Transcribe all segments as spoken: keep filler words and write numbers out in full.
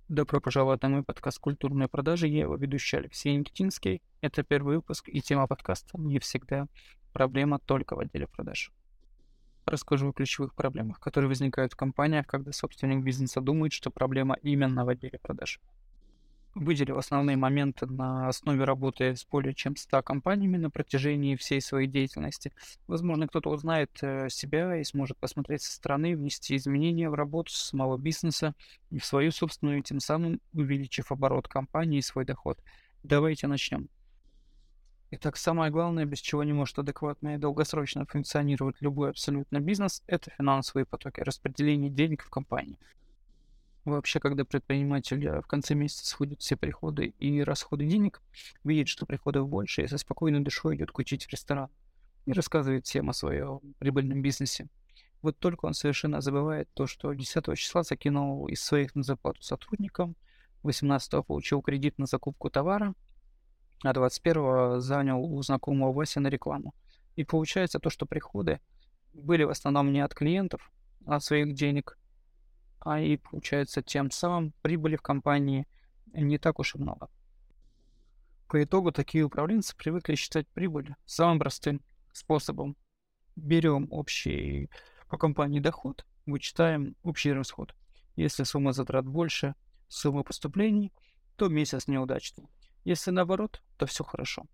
Добро пожаловать на мой подкаст «Культурные продажи». Я его ведущий Алексей Никитинский. Это первый выпуск, и тема подкаста не всегда проблема только в отделе продаж. Расскажу о ключевых проблемах, которые возникают в компаниях, когда собственник бизнеса думает, что проблема именно в отделе продаж. Выделил основные моменты на основе работы с более чем ста компаниями на протяжении всей своей деятельности. Возможно, кто-то узнает э, себя и сможет посмотреть со стороны, внести изменения в работу самого бизнеса и в свою собственную, тем самым увеличив оборот компании и свой доход. Давайте начнем. Итак, самое главное, без чего не может адекватно и долгосрочно функционировать любой абсолютно бизнес, это финансовые потоки, распределение денег в компании. Вообще, когда предприниматель э, в конце месяца сходит все приходы и расходы денег, видит, что приходов больше, и со спокойной душой идет кутить в ресторан и рассказывает всем о своем прибыльном бизнесе. Вот только он совершенно забывает то, что десятого числа закинул из своих на зарплату сотрудникам, восемнадцатого получил кредит на закупку товара, а двадцать первого занял у знакомого Васи на рекламу. И получается то, что приходы были в основном не от клиентов, а от своих денег, а и получается тем самым прибыли в компании не так уж и много. По итогу такие управленцы привыкли считать прибыль самым простым способом. Берем общий по компании доход, вычитаем общий расход. Если сумма затрат больше суммы поступлений, то месяц неудачный. Если наоборот, то все хорошо.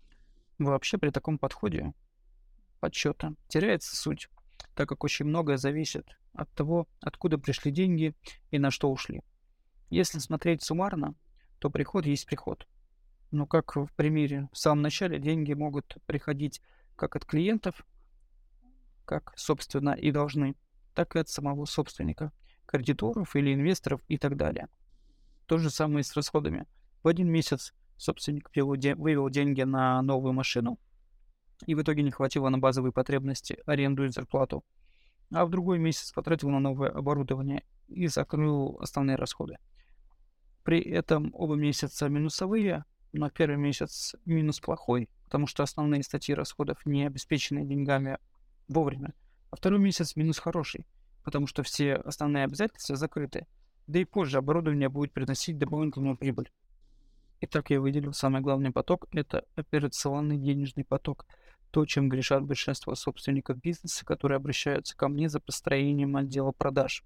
Вообще при таком подходе подсчета теряется суть, так как очень многое зависит от того, откуда пришли деньги и на что ушли. Если смотреть суммарно, то приход есть приход. Но как в примере, в самом начале деньги могут приходить как от клиентов, как, собственно, и должны, так и от самого собственника, кредиторов или инвесторов и так далее. То же самое и с расходами. В один месяц собственник вывел деньги на новую машину, и в итоге не хватило на базовые потребности, аренду и зарплату, а в другой месяц потратил на новое оборудование и закрыл основные расходы. При этом оба месяца минусовые, но первый месяц минус плохой, потому что основные статьи расходов не обеспечены деньгами вовремя, а второй месяц минус хороший, потому что все основные обязательства закрыты, да и позже оборудование будет приносить дополнительную прибыль. Итак, я выделил самый главный поток – это операционный денежный поток. То, чем грешат большинство собственников бизнеса, которые обращаются ко мне за построением отдела продаж.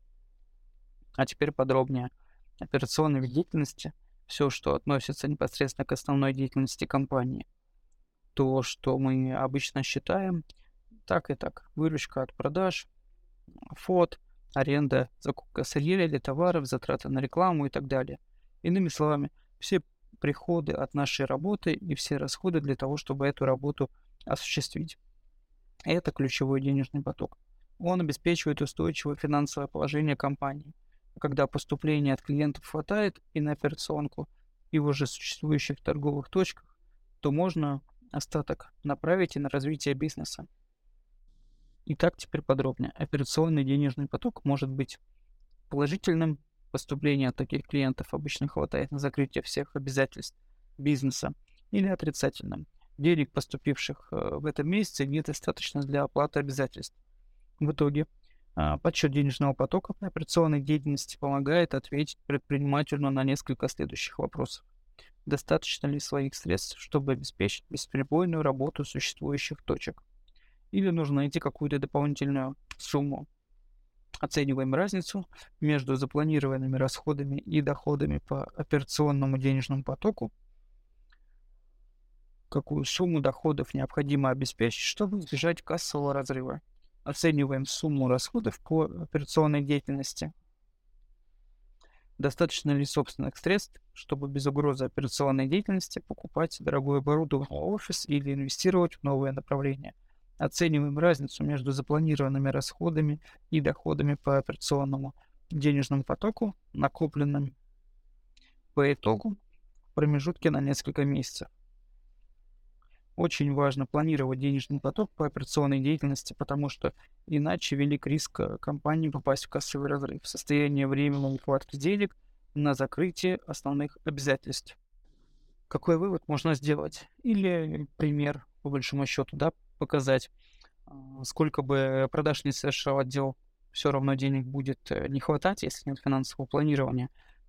А теперь подробнее. Операционной деятельности – все, что относится непосредственно к основной деятельности компании. То, что мы обычно считаем, так и так. Выручка от продаж, фот, аренда, закупка сырья или товаров, затраты на рекламу и так далее. Иными словами, все приходы от нашей работы и все расходы для того, чтобы эту работу осуществить. Это ключевой денежный поток. Он обеспечивает устойчивое финансовое положение компании. Когда поступления от клиентов хватает и на операционку, и в уже существующих торговых точках, то можно остаток направить и на развитие бизнеса. Итак, теперь подробнее. Операционный денежный поток может быть положительным. Поступления от таких клиентов обычно хватает на закрытие всех обязательств бизнеса, или отрицательным. Денег, поступивших в этом месяце, недостаточно для оплаты обязательств. В итоге подсчет денежного потока при операционной деятельности помогает ответить предпринимателю на несколько следующих вопросов. Достаточно ли своих средств, чтобы обеспечить бесперебойную работу существующих точек? Или нужно найти какую-то дополнительную сумму? Оцениваем разницу между запланированными расходами и доходами по операционному денежному потоку. Какую сумму доходов необходимо обеспечить, чтобы избежать кассового разрыва. Оцениваем сумму расходов по операционной деятельности. Достаточно ли собственных средств, чтобы без угрозы операционной деятельности покупать дорогое оборудование в офис или инвестировать в новое направление. Оцениваем разницу между запланированными расходами и доходами по операционному денежному потоку, накопленным по итогу в промежутке на несколько месяцев. Очень важно планировать денежный поток по операционной деятельности, потому что иначе велик риск компании попасть в кассовый разрыв, в состояние временной нехватки денег на закрытие основных обязательств. Какой вывод можно сделать? Или пример, по большому счету, да, показать, сколько бы продаж не совершал отдел, все равно денег будет не хватать, если нет финансового планирования.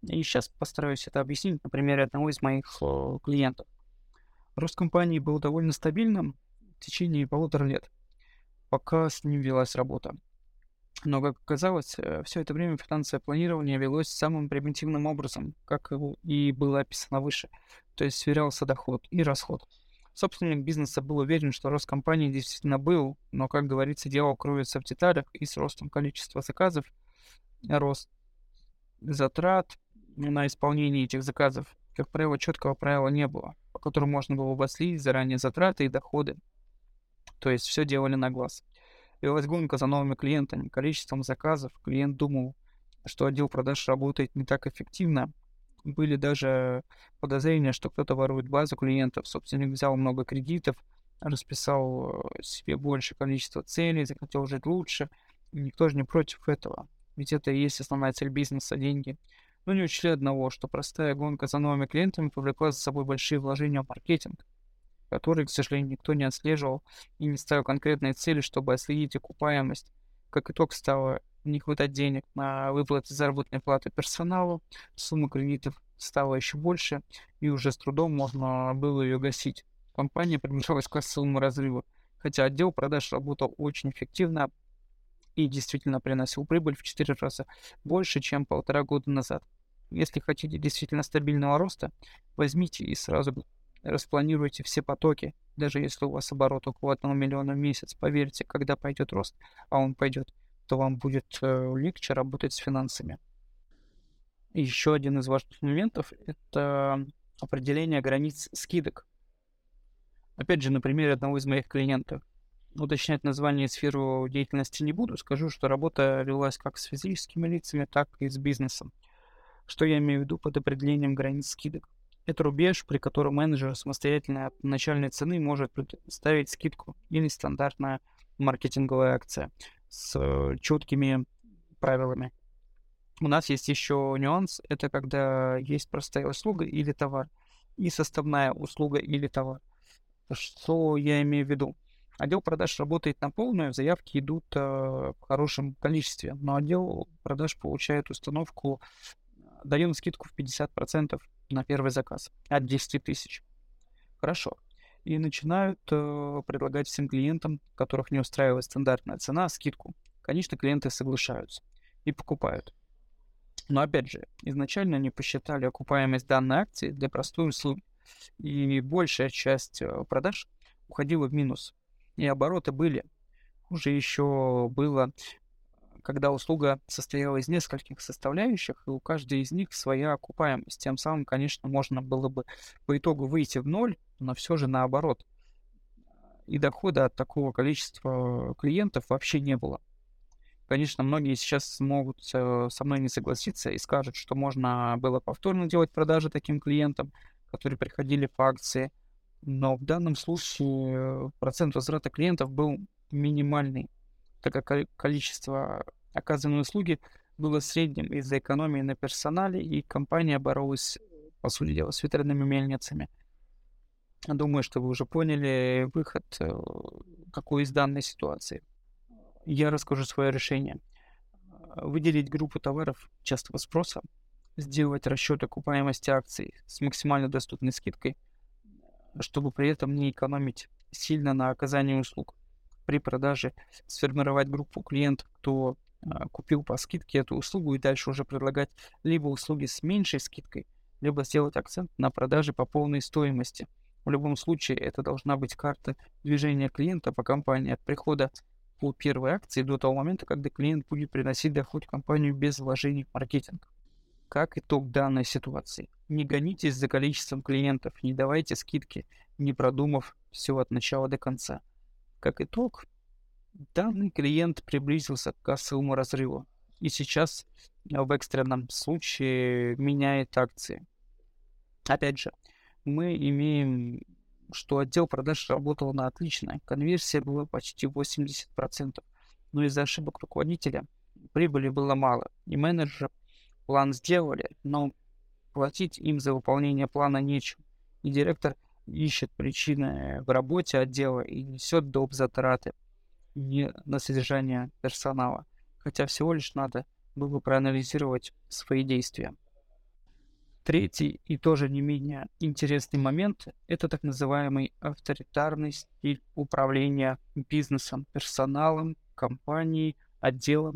И сейчас постараюсь это объяснить на примере одного из моих э, клиентов. Рост компании был довольно стабильным в течение полутора лет, пока с ним велась работа. Но, как оказалось, все это время финансовое планирование велось самым примитивным образом, как его и было описано выше. То есть сверялся доход и расход. Собственник бизнеса был уверен, что рост компании действительно был, но, как говорится, дело кроется в деталях, и с ростом количества заказов, рост затрат на исполнение этих заказов, как правило, четкого правила не было, по которому можно было бы отследить заранее затраты и доходы. То есть все делали на глаз. Велась гонка за новыми клиентами, количеством заказов. Клиент думал, что отдел продаж работает не так эффективно. Были даже подозрения, что кто-то ворует базу клиентов. Собственник взял много кредитов, расписал э, себе большее количество целей, захотел жить лучше. И никто же не против этого. Ведь это и есть основная цель бизнеса — деньги. Но не учли одного, что простая гонка за новыми клиентами повлекла за собой большие вложения в маркетинг, которые, к сожалению, никто не отслеживал и не ставил конкретные цели, чтобы отследить окупаемость. Как итог, стало не хватать денег на выплаты заработной платы персоналу, сумма кредитов стала еще больше, и уже с трудом можно было ее гасить. Компания приближалась к кассовому разрыву, хотя отдел продаж работал очень эффективно и действительно приносил прибыль в четыре раза больше, чем полтора года назад. Если хотите действительно стабильного роста, возьмите и сразу распланируйте все потоки, даже если у вас оборот около одного миллиона в месяц. Поверьте, когда пойдет рост, а он пойдет, то вам будет э, легче работать с финансами. И еще один из важных моментов — это определение границ скидок. Опять же, на примере одного из моих клиентов. Уточнять название и сферу деятельности не буду. Скажу, что работа велась как с физическими лицами, так и с бизнесом. Что я имею в виду под определением границ скидок? Это рубеж, при котором менеджер самостоятельно от начальной цены может представить скидку или стандартная маркетинговая акция с э, четкими правилами. У нас есть еще нюанс. Это когда есть простая услуга или товар и составная услуга или товар. Что я имею в виду? Отдел продаж работает на полную, заявки идут э, в хорошем количестве, но отдел продаж получает установку, даем скидку в пятьдесят процентов на первый заказ от десяти тысяч. Хорошо. И начинают э, предлагать всем клиентам, которых не устраивает стандартная цена, скидку. Конечно, клиенты соглашаются и покупают. Но опять же, изначально они посчитали окупаемость данной акции для простой услуги, и большая часть э, продаж уходила в минус. И обороты были. Хуже еще было, когда услуга состояла из нескольких составляющих, и у каждой из них своя окупаемость. Тем самым, конечно, можно было бы по итогу выйти в ноль, но все же наоборот. И дохода от такого количества клиентов вообще не было. Конечно, многие сейчас могут э, со мной не согласиться и скажут, что можно было повторно делать продажи таким клиентам, которые приходили по акции. Но в данном случае э, процент возврата клиентов был минимальный, так как ко- количество оказанной услуги было средним из-за экономии на персонале, и компания боролась, по сути дела, с ветряными мельницами. Думаю, что вы уже поняли выход, э, какой из данной ситуации. Я расскажу свое решение. Выделить группу товаров частого спроса, сделать расчет окупаемости акций с максимально доступной скидкой, чтобы при этом не экономить сильно на оказании услуг. При продаже сформировать группу клиентов, кто а, купил по скидке эту услугу, и дальше уже предлагать либо услуги с меньшей скидкой, либо сделать акцент на продаже по полной стоимости. В любом случае, это должна быть карта движения клиента по компании от прихода по первой акции до того момента, когда клиент будет приносить доход в компанию без вложений в маркетинг. Как итог данной ситуации? Не гонитесь за количеством клиентов, не давайте скидки, не продумав все от начала до конца. Как итог, данный клиент приблизился к кассовому разрыву и сейчас в экстренном случае меняет акции. Опять же, мы имеем, что отдел продаж работал на отлично, конверсия была почти восемьдесят процентов, но из-за ошибок руководителя прибыли было мало, и менеджеры план сделали, но платить им за выполнение плана нечем. И директор ищет причины в работе отдела и несет доп. Затраты не на содержание персонала. Хотя всего лишь надо было проанализировать свои действия. Третий и тоже не менее интересный момент — это так называемый авторитарный стиль управления бизнесом, персоналом, компанией, отделом.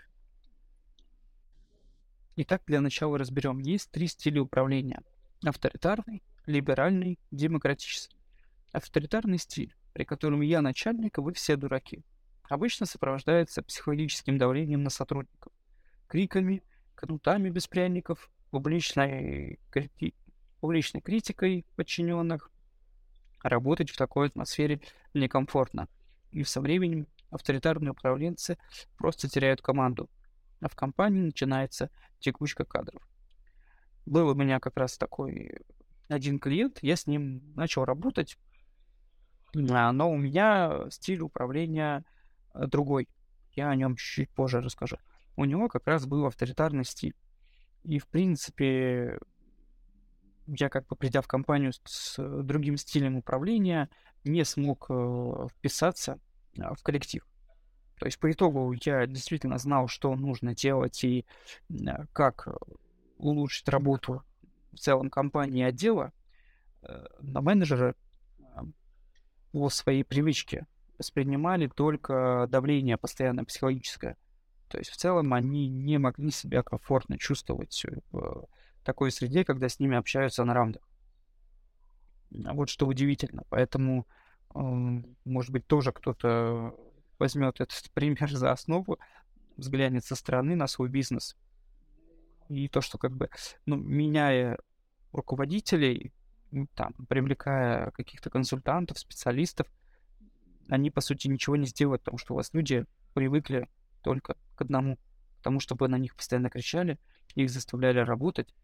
Итак, для начала разберем. Есть три стиля управления: авторитарный, либеральный, демократический. Авторитарный стиль, при котором я начальник, а вы все дураки, обычно сопровождается психологическим давлением на сотрудников, криками, кнутами без пряников, публичной, крити- публичной критикой подчиненных. Работать в такой атмосфере некомфортно. И со временем авторитарные управленцы просто теряют команду, а в компании начинается текучка кадров. Был у меня как раз такой один клиент, я с ним начал работать, а, но у меня стиль управления э, другой. Я о нем чуть позже расскажу. У него как раз был авторитарный стиль. И, в принципе, я как бы, придя в компанию с с другим стилем управления, не смог э, вписаться а, в коллектив. То есть по итогу я действительно знал, что нужно делать и а, как э, улучшить работу в целом компании и отдела, э, но менеджеры а, по своей привычке воспринимали только давление постоянно психологическое. То есть в целом они не могли себя комфортно чувствовать в такой среде, когда с ними общаются на равных. А вот что удивительно. Поэтому, м, может быть, тоже кто-то возьмет этот пример за основу, взглянет со стороны на свой бизнес. И то, что как бы, ну, меняя руководителей, м, там, привлекая каких-то консультантов, специалистов, они, по сути, ничего не сделают, потому что у вас люди привыкли только к одному, к тому, чтобы на них постоянно кричали, их заставляли работать,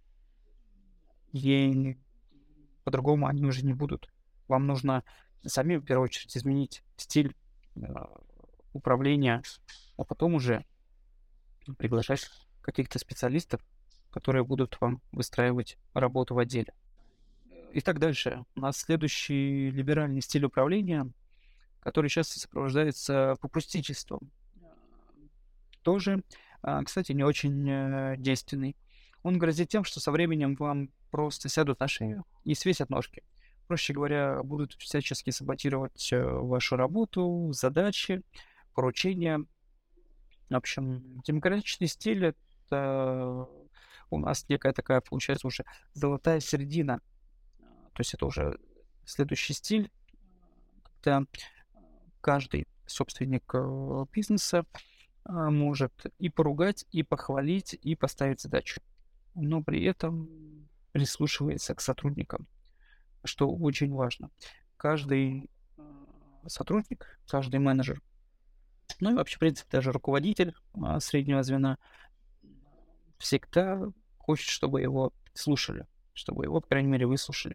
и по-другому они уже не будут. Вам нужно сами, в первую очередь, изменить стиль а, управления, а потом уже приглашать каких-то специалистов, которые будут вам выстраивать работу в отделе. Итак, дальше. У нас следующий либеральный стиль управления, который часто сопровождается попустительством. Тоже, а, кстати, не очень э, действенный. Он грозит тем, что со временем вам просто сядут на шею и свесят ножки. Проще говоря, будут всячески саботировать э, вашу работу, задачи, поручения. В общем, демократичный стиль — это у нас некая такая, получается, уже золотая середина. То есть это уже следующий стиль, когда каждый собственник э, бизнеса а, может и поругать, и похвалить, и поставить задачу, но при этом прислушивается к сотрудникам, что очень важно. Каждый а, сотрудник, каждый менеджер, ну и вообще, в принципе, даже руководитель а, среднего звена всегда хочет, чтобы его слушали, чтобы его, по крайней мере, выслушали.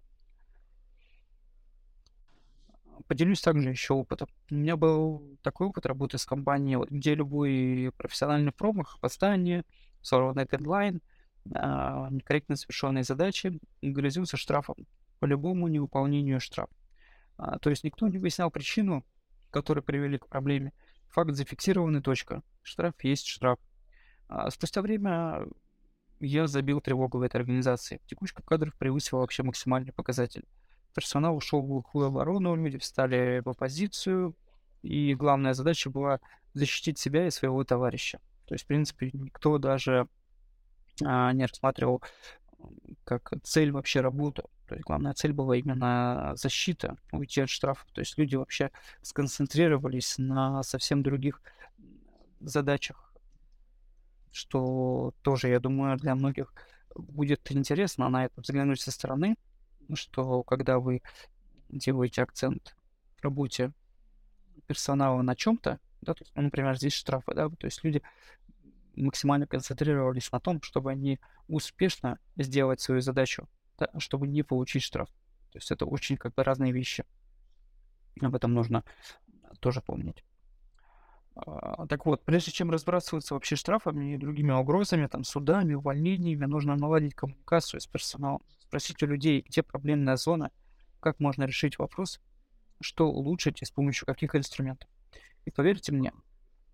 Поделюсь также еще опытом. У меня был такой опыт работы с компанией, вот, где любой профессиональный промах, опоздание, сорванный дедлайн, а, некорректно совершенные задачи грозился штрафом по любому невыполнению штрафа. А, то есть никто не выяснял причину, которая привели к проблеме. Факт зафиксирован и точка. Штраф есть штраф. А, спустя время я забил тревогу в этой организации. Текучка кадров превысила вообще максимальный показатель. Персонал ушел в глухую оборону, люди встали в оппозицию, и главная задача была защитить себя и своего товарища. То есть, в принципе, никто даже а, не рассматривал м, как цель вообще работу. То есть главная цель была именно защита, уйти от штрафов. То есть люди вообще сконцентрировались на совсем других задачах, что тоже, я думаю, для многих будет интересно на это взглянуть со стороны, что когда вы делаете акцент в работе персонала на чем-то, да, то есть, ну, например, здесь штрафы, да, то есть люди максимально концентрировались на том, чтобы они успешно сделать свою задачу, да, чтобы не получить штраф. То есть это очень как бы разные вещи. Об этом нужно тоже помнить. А, так вот, прежде чем разбрасываться вообще штрафами и другими угрозами, там, судами, увольнениями, нужно наладить коммуникацию с персоналом, спросить у людей, где проблемная зона, как можно решить вопрос, что улучшить и с помощью каких инструментов. И поверьте мне,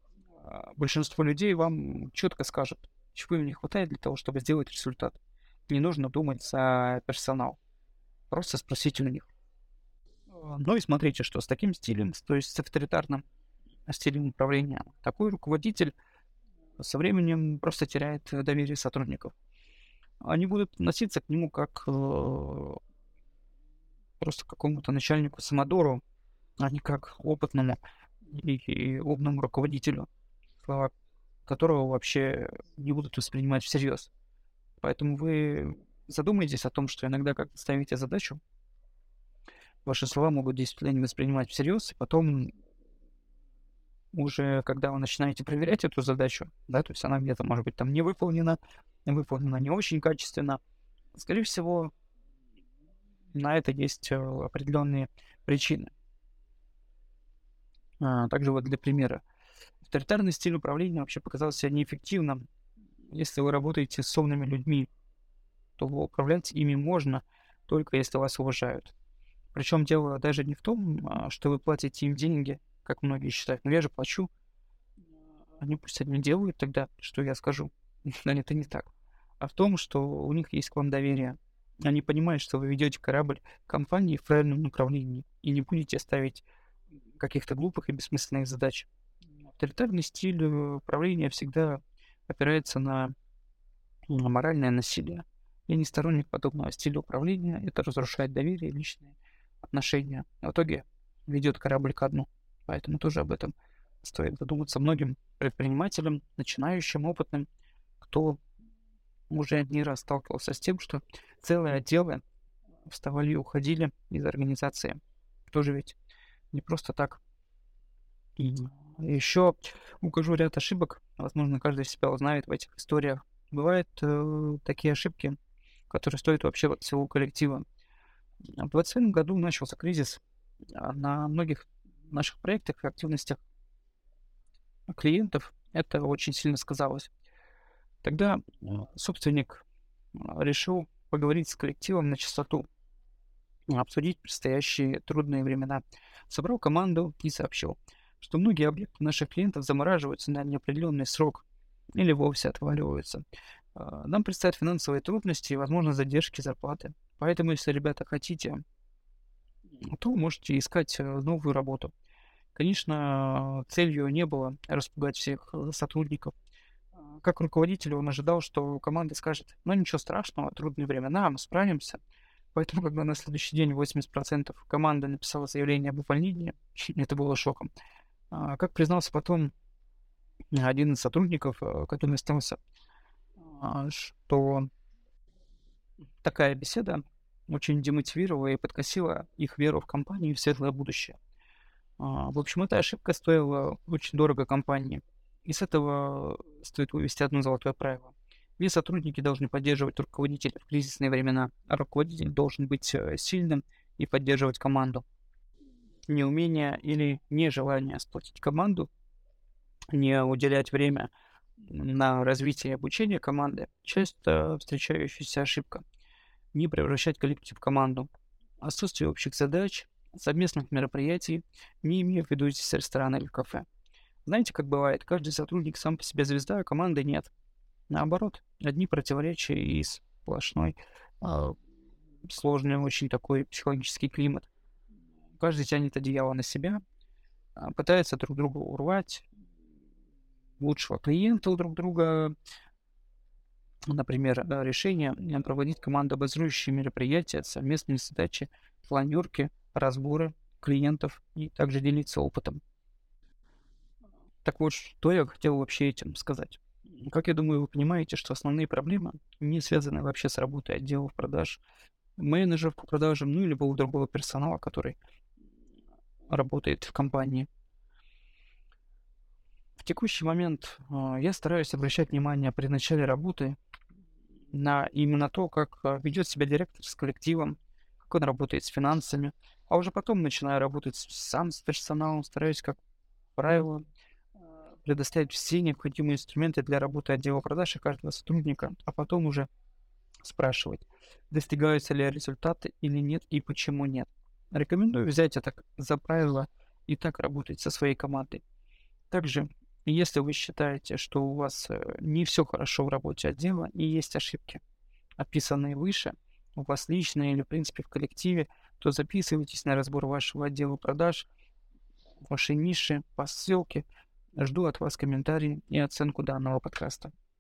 а, большинство людей вам четко скажет, чего им не хватает для того, чтобы сделать результат. не нужно думать за персонал. Просто спросите у них. А, Ну и смотрите, что с таким стилем, то есть с авторитарным стилем управления, такой руководитель со временем просто теряет э, доверие сотрудников. Они будут относиться к нему как э, просто к какому-то начальнику самодуру, а не как опытному и, и умному руководителю, слова которого вообще не будут воспринимать всерьез. Поэтому вы задумайтесь о том, что иногда, как ставите задачу, ваши слова могут действительно не воспринимать всерьез, и потом уже, когда вы начинаете проверять эту задачу, да, то есть она где-то, может быть, там не выполнена, выполнена не очень качественно, скорее всего, на это есть э, определенные причины. А, также вот для примера. Авторитарный стиль управления вообще показался неэффективным. Если вы работаете с умными людьми, то управлять ими можно, только если вас уважают. Причем дело даже не в том, а, что вы платите им деньги, как многие считают. Но я же плачу. Они пусть одни делают тогда, что я скажу. Но это не так. А в том, что у них есть к вам доверие. Они понимают, что вы ведете корабль компании в правильном направлении и не будете ставить каких-то глупых и бессмысленных задач. Авторитарный стиль э, управления всегда опирается на на моральное насилие. Я не сторонник подобного стиля управления. Это разрушает доверие и личные отношения. В итоге ведет корабль ко дну. Поэтому тоже об этом стоит задуматься многим предпринимателям, начинающим, опытным, кто уже не раз сталкивался с тем, что целые отделы вставали и уходили из организации. Тоже ведь не просто так. И еще укажу ряд ошибок. Возможно, каждый себя узнает в этих историях. Бывают э, такие ошибки, которые стоят вообще вот всего коллектива. В двадцатом году начался кризис. а На многих наших проектах и активностях клиентов это очень сильно сказалось. Тогда э, собственник э, решил поговорить с коллективом на чистоту, обсудить предстоящие трудные времена. Собрал команду и сообщил, что многие объекты наших клиентов замораживаются на неопределенный срок или вовсе отваливаются. А, Нам предстоят финансовые трудности и, возможно, задержки зарплаты. Поэтому, если, ребята, хотите, то можете искать э, новую работу. Конечно, целью не было распугать всех э, сотрудников. А, Как руководитель он ожидал, что команда скажет, ну ничего страшного, трудные времена, мы справимся. Поэтому, когда на следующий день восемьдесят процентов команды написала заявление об увольнении, это было шоком. А, Как признался потом один из сотрудников, э, который остался, а, что такая беседа очень демотивировала и подкосила их веру в компанию и в светлое будущее. А, В общем, эта ошибка стоила очень дорого компании. И с этого стоит вывести одно золотое правило. Все сотрудники должны поддерживать руководителя в кризисные времена, а руководитель должен быть э, сильным и поддерживать команду. Неумение или нежелание сплотить команду, не уделять время на развитие и обучение команды — часто встречающаяся ошибка. Не превращать коллектив в команду. Отсутствие общих задач, совместных мероприятий, не имея в виду здесь ресторана или кафе. Знаете, как бывает, каждый сотрудник сам по себе звезда, а команды нет. Наоборот, одни противоречия и сплошной а, сложный очень такой психологический климат. Каждый тянет одеяло на себя, а, пытается друг друга урвать, лучшего клиента у друг друга. Например, э, решение э, проводить командообразующие мероприятия, совместные задачи, планерки, разборы клиентов и также делиться опытом. Так вот, что я хотел вообще этим сказать. Как я думаю, вы понимаете, что основные проблемы не связаны вообще с работой отделов продаж, менеджеров по продажам, ну или любого другого персонала, который работает в компании. В текущий момент а, я стараюсь обращать внимание при начале работы на именно то, как а, ведет себя директор с коллективом, как он работает с финансами, а уже потом начинаю работать с- сам с персоналом, стараюсь, как правило, а, предоставить все необходимые инструменты для работы отдела продаж и каждого сотрудника, а потом уже спрашивать, достигаются ли результаты или нет и почему нет. Рекомендую взять это к- за правило и так работать со своей командой. Также, если вы считаете, что у вас э, не все хорошо в работе отдела и есть ошибки, описанные выше, у вас лично или, в принципе, в коллективе, то записывайтесь на разбор вашего отдела продаж, вашей ниши по ссылке. Жду от вас комментарии и оценку данного подкаста.